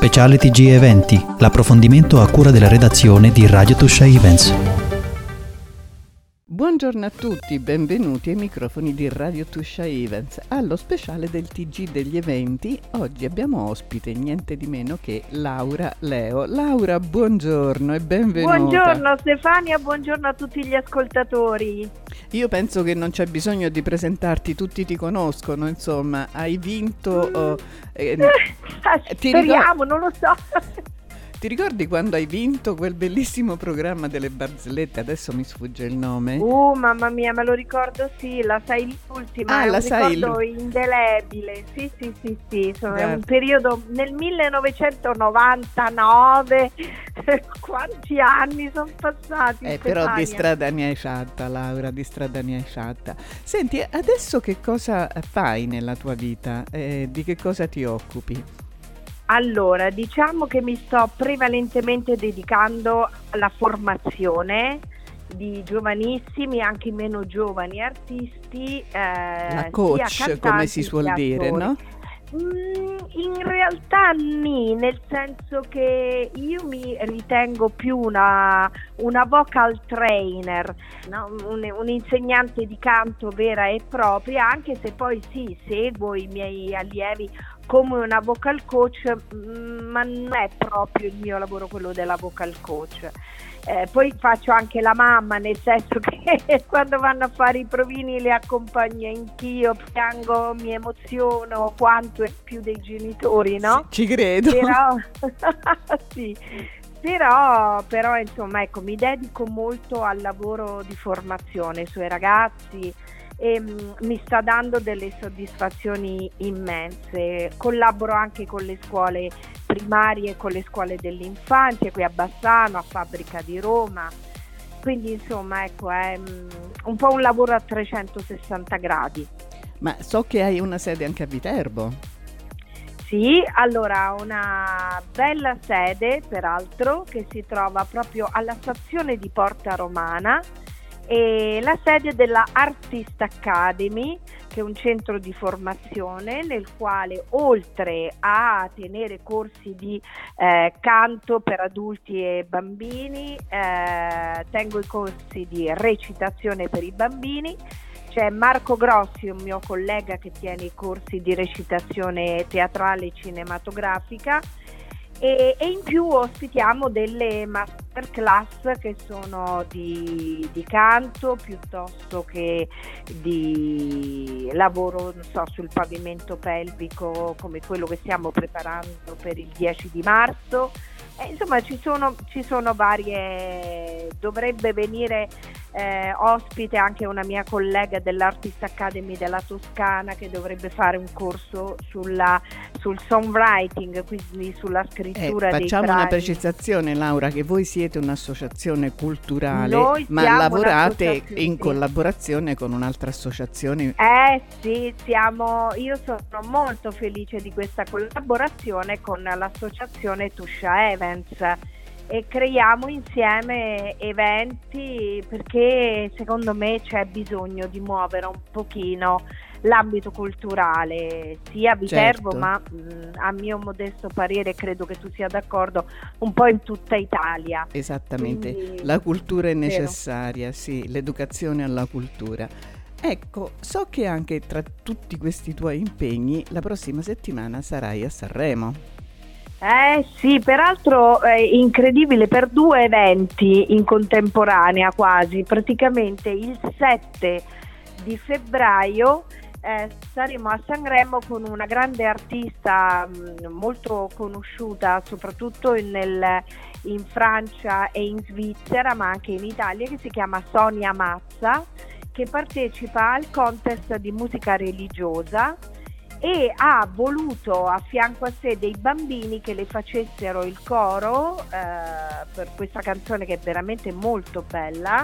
Speciale TG Eventi, l'approfondimento a cura della redazione di Radio Tuscia Events. Buongiorno a tutti, benvenuti ai microfoni di Radio Tuscia Events. Allo speciale del TG degli eventi, oggi abbiamo ospite niente di meno che Laura Leo. Laura, buongiorno e benvenuta. Buongiorno Stefania, buongiorno a tutti gli ascoltatori. Io penso che non c'è bisogno di presentarti, tutti ti conoscono, insomma, hai vinto... Speriamo, non lo so. Ti ricordi quando hai vinto quel bellissimo programma delle barzellette? Adesso mi sfugge il nome. Mamma mia, me lo ricordo, sì, la sai l'ultima, è un ricordo indelebile. Sì, è un periodo nel 1999. Quanti anni sono passati? Però di strada ne hai fatta, Laura, di strada ne hai fatta. Senti, adesso che cosa fai nella tua vita? Di che cosa ti occupi? Allora, diciamo che mi sto prevalentemente dedicando alla formazione di giovanissimi, anche meno giovani artisti. La coach, come si suol dire, no? In realtà nel senso che io mi ritengo più una vocal trainer, no? Un insegnante di canto vera e propria, anche se poi sì, seguo i miei allievi come una vocal coach, ma non è proprio il mio lavoro quello della vocal coach. Poi faccio anche la mamma, nel senso che quando vanno a fare i provini li accompagno anch'io, piango, mi emoziono quanto e più dei genitori, no? Ci credo. Però, sì. Però insomma, ecco, mi dedico molto al lavoro di formazione sui ragazzi e mi sta dando delle soddisfazioni immense. Collaboro anche con le scuole primarie, con le scuole dell'infanzia qui a Bassano, a Fabbrica di Roma, quindi insomma, ecco, è un po' un lavoro a 360 gradi. Ma so che hai una sede anche a Viterbo. Sì, allora una bella sede peraltro che si trova proprio alla stazione di Porta Romana, e la sede della Artist Academy, che è un centro di formazione nel quale, oltre a tenere corsi di canto per adulti e bambini, tengo i corsi di recitazione per i bambini. C'è Marco Grossi, un mio collega, che tiene i corsi di recitazione teatrale e cinematografica, e in più ospitiamo delle masterclass che sono di canto piuttosto che di lavoro, non so, sul pavimento pelvico, come quello che stiamo preparando per il 10 di marzo. Insomma, ci sono varie. Dovrebbe venire ospite anche una mia collega dell'Artist Academy della Toscana, che dovrebbe fare un corso sul songwriting, quindi sulla scrittura dei brani. Facciamo una precisazione, Laura, che voi siete un'associazione culturale, ma lavorate in collaborazione con un'altra associazione. Sì, io sono molto felice di questa collaborazione con l'associazione Tuscia Events, e creiamo insieme eventi perché secondo me c'è bisogno di muovere un pochino l'ambito culturale sia a Viterbo, certo, ma a mio modesto parere, credo che tu sia d'accordo, un po' in tutta Italia. Esattamente. Quindi, la cultura è necessaria, sì, l'educazione alla cultura. Ecco, so che anche tra tutti questi tuoi impegni la prossima settimana sarai a Sanremo. Sì, peraltro è incredibile, per 2 eventi in contemporanea quasi. Praticamente il 7 di febbraio saremo a Sanremo con una grande artista molto conosciuta soprattutto in Francia e in Svizzera, ma anche in Italia, che si chiama Sonia Mazza, che partecipa al contest di musica religiosa e ha voluto a fianco a sé dei bambini che le facessero il coro per questa canzone, che è veramente molto bella.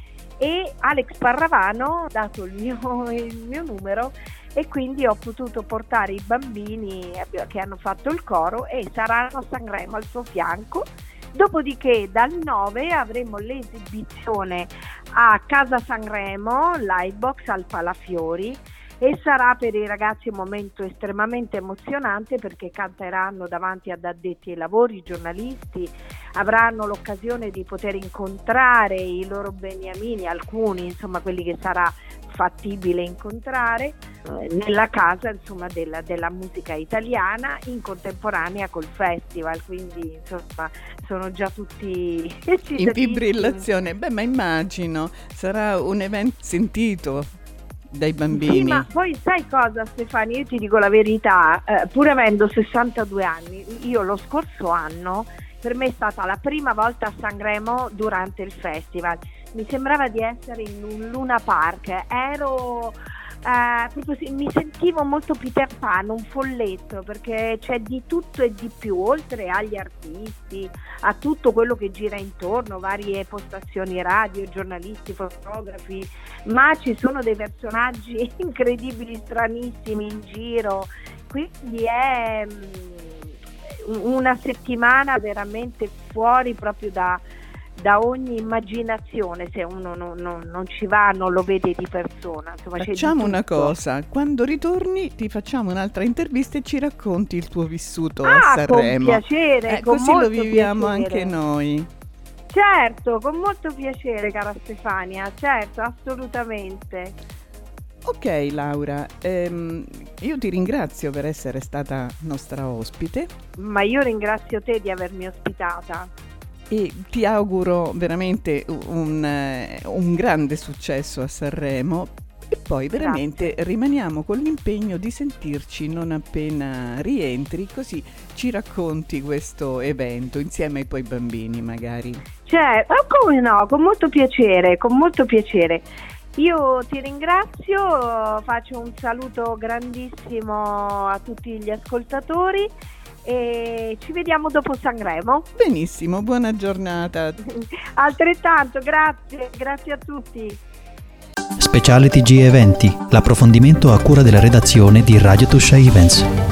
E Alex Parravano ha dato il mio numero, e quindi ho potuto portare i bambini che hanno fatto il coro e saranno a Sanremo al suo fianco. Dopodiché dal 9 avremo l'esibizione a Casa Sanremo, Livebox al Palafiori, e sarà per i ragazzi un momento estremamente emozionante, perché canteranno davanti ad addetti ai lavori, giornalisti, avranno l'occasione di poter incontrare i loro beniamini, alcuni, insomma quelli che sarà fattibile incontrare, nella casa, insomma, della musica italiana in contemporanea col festival, quindi insomma sono già tutti in fibrillazione. Beh, ma immagino sarà un evento sentito dai bambini. Sì, ma poi sai cosa, Stefania? Io ti dico la verità, pur avendo 62 anni, io lo scorso anno, per me è stata la prima volta a Sanremo durante il festival. Mi sembrava di essere in un Luna Park, ero proprio, mi sentivo molto Peter Pan, un folletto, perché c'è di tutto e di più, oltre agli artisti, a tutto quello che gira intorno, varie postazioni radio, giornalisti, fotografi, ma ci sono dei personaggi incredibili, stranissimi in giro, quindi è una settimana veramente fuori proprio da ogni immaginazione, se uno non ci va, non lo vede di persona. Insomma, facciamo una cosa, quando ritorni ti facciamo un'altra intervista e ci racconti il tuo vissuto a Sanremo. Con piacere, con così molto lo viviamo piacere. Anche noi. Certo, con molto piacere, cara Stefania, certo, assolutamente. Ok Laura, io ti ringrazio per essere stata nostra ospite. Ma io ringrazio te di avermi ospitata. E ti auguro veramente un grande successo a Sanremo, e poi veramente rimaniamo con l'impegno di sentirci non appena rientri, così ci racconti questo evento insieme ai tuoi bambini magari. Come no, con molto piacere, con molto piacere. Io ti ringrazio, faccio un saluto grandissimo a tutti gli ascoltatori e ci vediamo dopo Sanremo. Benissimo, buona giornata. Altrettanto, grazie a tutti. Speciale TG Eventi, l'approfondimento a cura della redazione di Radio Tuscia Events.